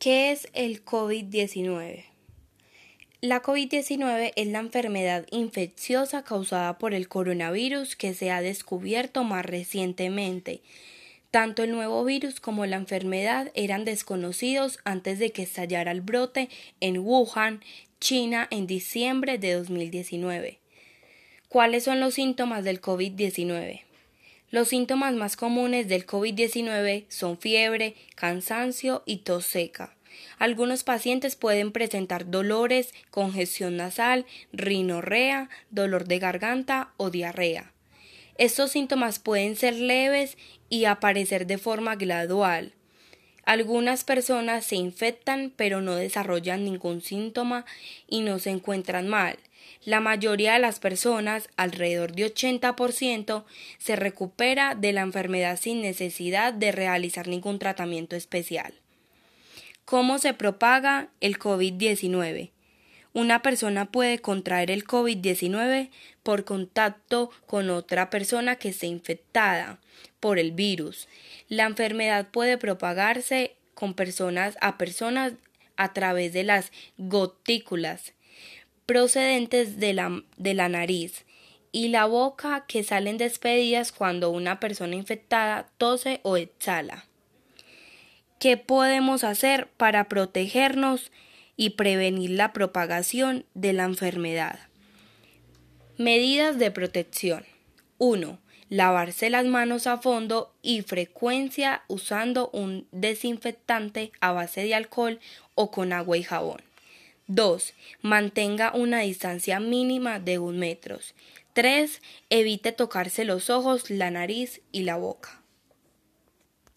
¿Qué es el COVID-19? La COVID-19 es la enfermedad infecciosa causada por el coronavirus que se ha descubierto más recientemente. Tanto el nuevo virus como la enfermedad eran desconocidos antes de que estallara el brote en Wuhan, China, en diciembre de 2019. ¿Cuáles son los síntomas del COVID-19? Los síntomas más comunes del COVID-19 son fiebre, cansancio y tos seca. Algunos pacientes pueden presentar dolores, congestión nasal, rinorrea, dolor de garganta o diarrea. Estos síntomas pueden ser leves y aparecer de forma gradual. Algunas personas se infectan pero no desarrollan ningún síntoma y no se encuentran mal. La mayoría de las personas, alrededor de 80%, se recupera de la enfermedad sin necesidad de realizar ningún tratamiento especial. ¿Cómo se propaga el COVID-19? Una persona puede contraer el COVID-19 por contacto con otra persona que esté infectada por el virus. La enfermedad puede propagarse con personas a través de las gotículas procedentes de la nariz y la boca que salen despedidas cuando una persona infectada tose o exhala. ¿Qué podemos hacer para protegernos y prevenir la propagación de la enfermedad? Medidas de protección. 1. Lavarse las manos a fondo y frecuencia usando un desinfectante a base de alcohol o con agua y jabón. 2. Mantenga una distancia mínima de 1 metro. 3. Evite tocarse los ojos, la nariz y la boca.